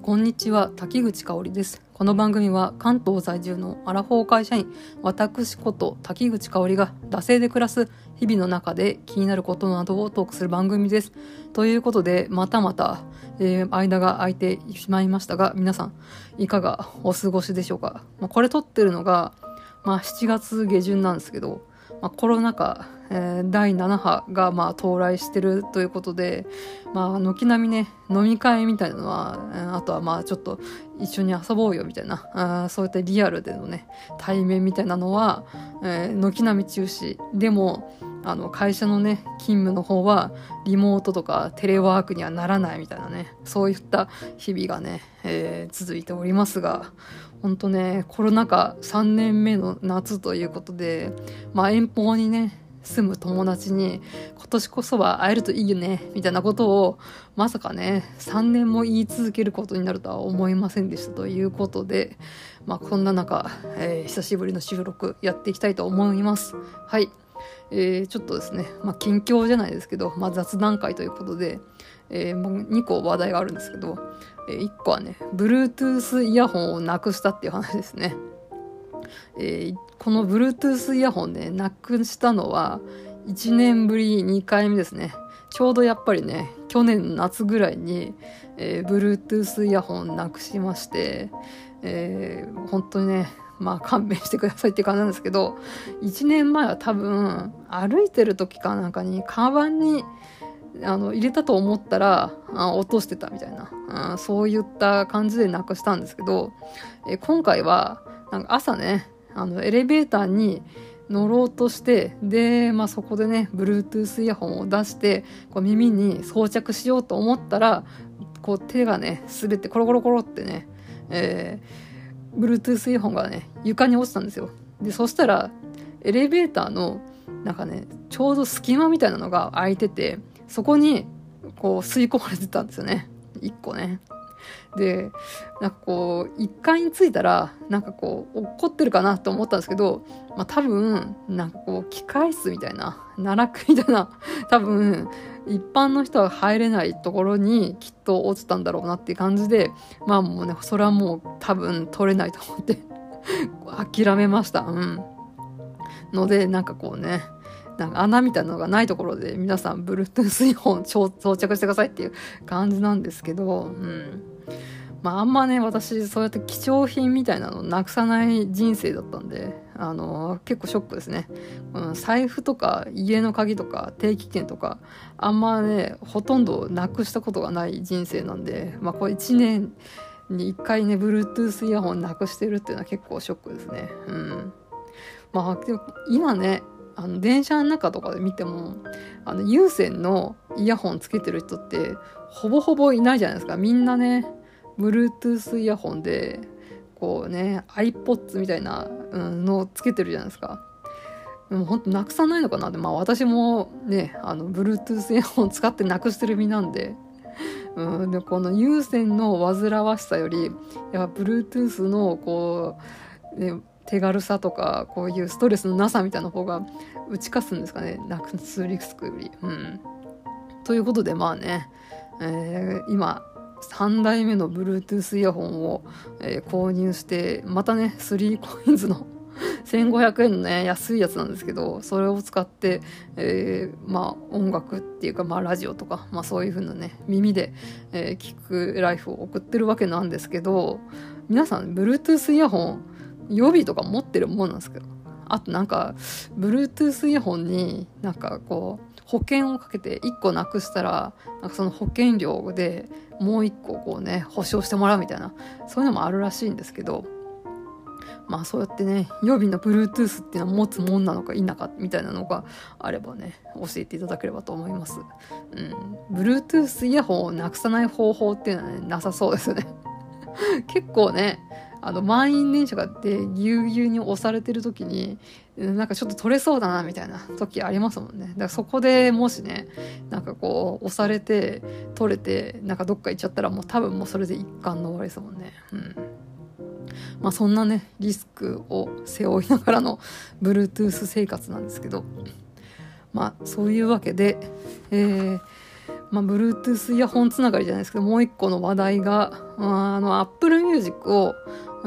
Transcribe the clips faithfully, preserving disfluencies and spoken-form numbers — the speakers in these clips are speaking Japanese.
こんにちは、滝口香織です。この番組は関東在住のアラフォー会社員、私こと滝口香織が惰性で暮らす日々の中で気になることなどをトークする番組です。ということで、またまた、えー、間が空いてしまいましたが、皆さんいかがお過ごしでしょうか。まあ、これ撮ってるのが、まあ、しちがつげじゅんなんですけど、まあ、コロナ禍、えー、だいななはがまあ到来してるということで、まあ、軒並みね飲み会みたいなのは、えー、あとはまあちょっと一緒に遊ぼうよみたいな、あそういったリアルでのね対面みたいなのは、えー、軒並み中止でも、あの会社のね勤務の方はリモートとかテレワークにはならないみたいなね、そういった日々がね、えー、続いておりますが、本当ねコロナ禍さんねんめの夏ということで、まあ遠方にね住む友達に今年こそは会えるといいよねみたいなことをまさかねさんねんも言い続けることになるとは思いませんでしたということで、まあこんな中、えー、久しぶりの収録やっていきたいと思います。はい、えー、ちょっとですね、まあ近況じゃないですけど、まあ雑談会ということで、えー、もうにこ話題があるんですけど、えー、いっこはね Bluetooth イヤホンをなくしたっていう話ですね。えー、この Bluetooth イヤホンねなくしたのはいちねんぶりにかいめですね。ちょうどやっぱりね去年夏ぐらいに、えー、Bluetooth イヤホンなくしまして、えー、本当にねまあ勘弁してくださいって感じなんですけど、いちねんまえは多分歩いてる時かなんかにカバンにあの入れたと思ったらあ落としてたみたいな、あそういった感じでなくしたんですけど、えー、今回はなんか朝ねあのエレベーターに乗ろうとして、で、まあ、そこでね Bluetooth イヤホンを出してこう耳に装着しようと思ったらこう手がね滑ってコロコロコロってね、えー、Bluetooth イヤホンがね床に落ちたんですよ。でそしたらエレベーターのなんかねちょうど隙間みたいなのが空いてて、そこにこう吸い込まれてたんですよね、いっこね。でなんかこういっかいに着いたらなんかこう怒ってるかなと思ったんですけど、まあ多分なんかこう機械室みたいな奈落みたいな多分一般の人は入れないところにきっと落ちたんだろうなっていう感じで、まあもうねそれはもう多分取れないと思って諦めました。うんのでなんかこうねなんか穴みたいなのがないところで皆さん Bluetooth イヤホン装着してくださいっていう感じなんですけど、うんまああんまね私そうやって貴重品みたいなのなくさない人生だったんで、あのー、結構ショックですね、うん、財布とか家の鍵とか定期券とかあんまねほとんどなくしたことがない人生なんで、まあこれいちねんにいっかいね Bluetooth イヤホンなくしてるっていうのは結構ショックですね。うんまあ今ねあの電車の中とかで見てもあの有線のイヤホンつけてる人ってほぼほぼいないじゃないですか。みんなねBluetooth イヤホンでこうね iPods みたいなのをつけてるじゃないですか。でも本当なくさないのかなって、まあ私もねあの Bluetooth イヤホン使ってなくしてる身なんで、うん、でこの有線の煩わしさよりやっぱ Bluetooth のこう、ね、手軽さとかこういうストレスのなさみたいな方が打ち勝つんですかね、なくすリスクより。うん、ということでまあね、えー、今さんだいめの Bluetooth イヤホンを、えー、購入してまたね スリーコインズのせんごひゃくえんのね安いやつなんですけど、それを使って、えー、まあ音楽っていうかまあラジオとか、まあ、そういう風なね耳で、えー、聞くライフを送ってるわけなんですけど、皆さん Bluetooth イヤホン予備とか持ってるもんなんですけど、あとなんか Bluetooth イヤホンになんかこう保険をかけていっこなくしたらなんかその保険料でもういっここうね保証してもらうみたいな、そういうのもあるらしいんですけど、まあそうやってね予備の Bluetooth っていうのを持つもんなのか否かみたいなのがあればね教えていただければと思います。うん、Bluetooth イヤホンをなくさない方法っていうのは、ね、なさそうですよね結構ねあの満員電車がでぎゅうぎゅうに押されてる時になんかちょっと取れそうだなみたいな時ありますもんね。だからそこでもしねなんかこう押されて取れてなんかどっか行っちゃったらもう多分もうそれで一巻の終わりですもんね。うんまあそんなねリスクを背負いながらの Bluetooth 生活なんですけど、まあそういうわけで、えーまあ、Bluetooth イヤホンつながりじゃないですけど、もう一個の話題が、あの、Apple Music を、うん、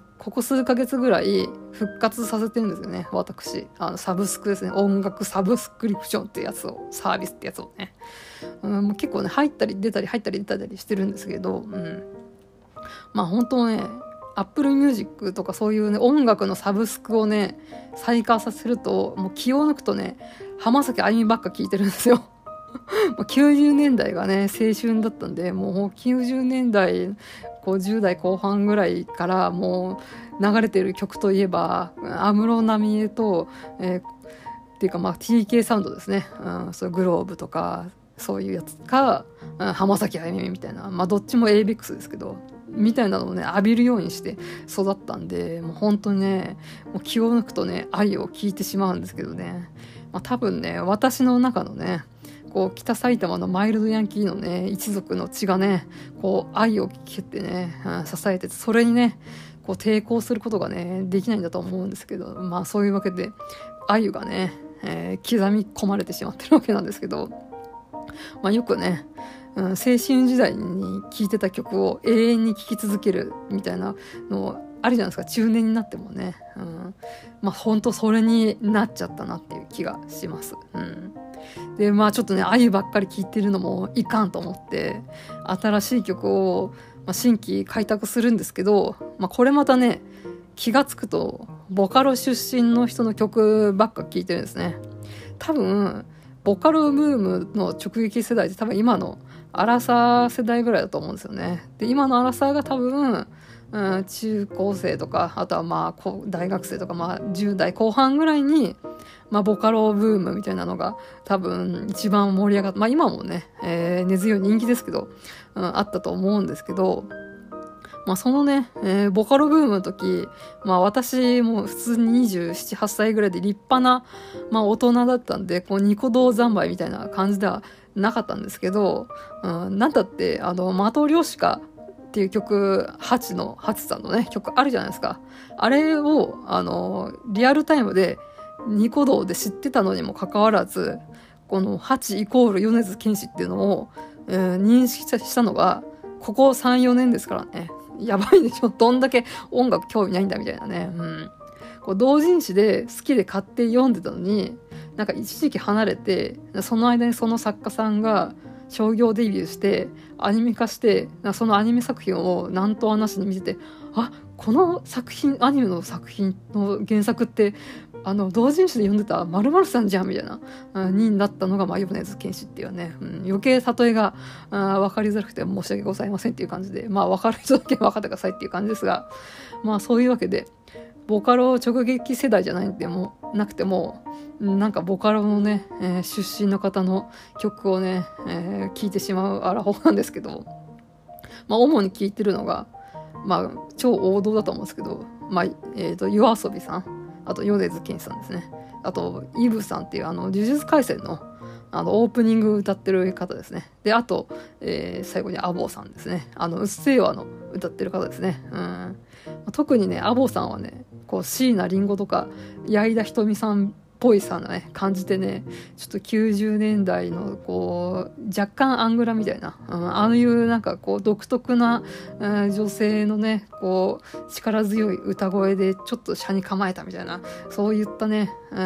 ここ数ヶ月ぐらい復活させてるんですよね、私。あの、サブスクですね。音楽サブスクリプションってやつを、サービスってやつをね。うん、もう結構ね、入ったり出たり入ったり出たりしてるんですけど、うん。まあ本当ね、Apple Music とかそういうね、音楽のサブスクをね、再開させると、もう気を抜くとね、浜崎あゆみばっか聴いてるんですよ。きゅうじゅうねんだいがね青春だったんで、もうきゅうじゅうねんだいこうじゅうだいこう半ぐらいからもう流れてる曲といえば安室奈美恵と、えー、っていうかまあ ティーケー サウンドですね、うん、そうグローブとかそういうやつか、うん、浜崎あゆみみたいな、まあどっちも エイベックス ですけどみたいなのをね浴びるようにして育ったんで、もう本当にねもう気を抜くとね愛を聞いてしまうんですけどね、まあ、多分ね私の中のねこう北埼玉のマイルドヤンキーのね一族の血がねこう愛を蹴ってね、うん、支えてて、それにねこう抵抗することがねできないんだと思うんですけど、まあそういうわけで愛がね、えー、刻み込まれてしまってるわけなんですけど、まあよくね、うん、青春時代に聴いてた曲を永遠に聴き続けるみたいなのあるじゃないですか、中年になってもね、うん、まあ本当それになっちゃったなっていう気がします。うん、でまあちょっとねあゆばっかり聴いてるのもいかんと思って新しい曲を、まあ、新規開拓するんですけど、まあ、これまたね気がつくとボカロ出身の人の曲ばっか聴いてるんですね。多分ボカロブームの直撃世代って多分今のアラサー世代ぐらいだと思うんですよね。で今のアラサーが多分うん、中高生とかあとはまあ大学生とかまあじゅうだいこう半ぐらいに、まあ、ボカロブームみたいなのが多分一番盛り上がった、まあ今もね、えー、根強い人気ですけど、うん、あったと思うんですけど、まあそのね、えー、ボカロブームの時、まあ私も普通ににじゅうなな、はっさいぐらいで立派な、まあ大人だったんで、こうニコ動三昧みたいな感じではなかったんですけど、うん、なんだってあの的漁師かっていう曲、ハチの、ハチさんのね、曲あるじゃないですか。あれを、あの、リアルタイムで、ニコ動で知ってたのにもかかわらず、このハチイコール米津玄師っていうのを、えー、認識したのが、ここさん、よねんですからね。やばいでしょ。どんだけ音楽興味ないんだみたいなね。うん。こう同人誌で好きで買って読んでたのに、なんか一時期離れて、その間にその作家さんが、商業デビューしてアニメ化してそのアニメ作品を何とはなしに見てて、あこの作品アニメの作品の原作ってあの同人誌で読んでた〇〇さんじゃんみたいな、うん、になったのが、まあ、米津玄師っていうね、うん、余計例えがあ分かりづらくて申し訳ございませんっていう感じで、まあ分かる人だけ分かってくださいっていう感じですが、まあそういうわけでボカロ直撃世代じゃないんでもなくてもなんかボカロのね、えー、出身の方の曲をね、えー、聴いてしまうアラフォーなんですけど、まあ主に聴いてるのがまあ超王道だと思うんですけど、まあえっと夜遊びさん、あと米津玄師さんですね、あとイブさんっていうあの呪術廻戦のあのオープニング歌ってる方ですね。であと、えー、最後にアボーさんですね。あのうっせぇわの歌ってる方ですね。うん、特にねアボーさんはねこう椎名林檎とか矢井田瞳さんっぽいさなね感じでね、ちょっときゅうじゅうねんだいのこう若干アングラみたいな、うん、ああいうなんかこう独特な、うん、女性のねこう力強い歌声でちょっと車に構えたみたいな、そういったね、うん、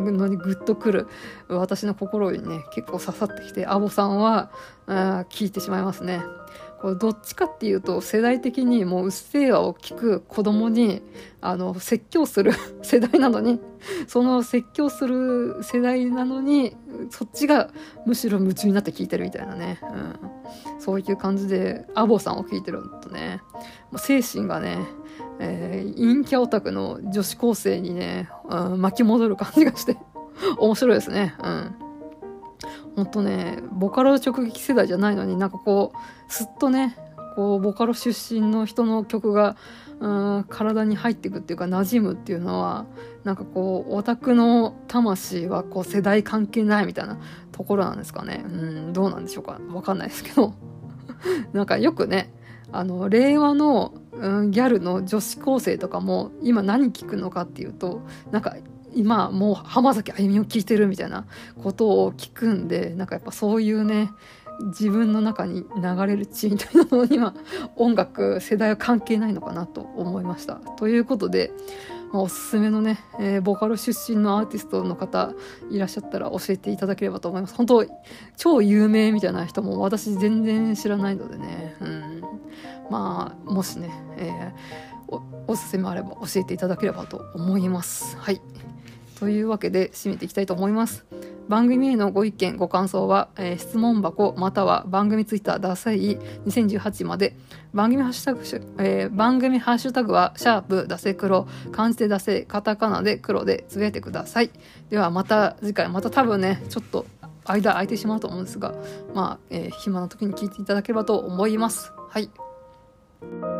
のにグッとくる私の心にね結構刺さってきて、アボさんは、うん、聞いてしまいますね。これどっちかっていうと世代的にもううっせぇわを聞く子供にあの説教する世代なのに、その説教する世代なのにそっちがむしろ夢中になって聞いてるみたいなね、うん、そういう感じでアボさんを聞いてるとね、もう精神がね、えー、陰キャオタクの女子高生にね、うん、巻き戻る感じがして面白いですね。うんほんとね、ボカロ直撃世代じゃないのになんかこうすっとねこうボカロ出身の人の曲がうん体に入っていくっていうか馴染むっていうのはなんかこうオタクの魂はこう世代関係ないみたいなところなんですかね。うんどうなんでしょうか、わかんないですけどなんかよくねあの令和の、うん、ギャルの女子高生とかも今何聞くのかっていうとなんか今もう浜崎あゆみを聞いてるみたいなことを聞くんで、なんかやっぱそういうね自分の中に流れる血みたいなものには音楽世代は関係ないのかなと思いました。ということで、まあ、おすすめのね、えー、ボカロ出身のアーティストの方いらっしゃったら教えていただければと思います。本当超有名みたいな人も私全然知らないのでね、うん、まあもしね、えー、お, おすすめあれば教えていただければと思います。はい、というわけで締めていきたいと思います。番組へのご意見ご感想は、えー、質問箱または番組ツイッターダサいにせんじゅうはちまで。番組ハッシュタグ、えー、番組ハッシュタグはシャープダセ黒、漢字でダセ、カタカナで黒でつぶやいてください。ではまた次回、また多分ねちょっと間空いてしまうと思うんですが、まあ、えー、暇な時に聞いていただければと思います。はい。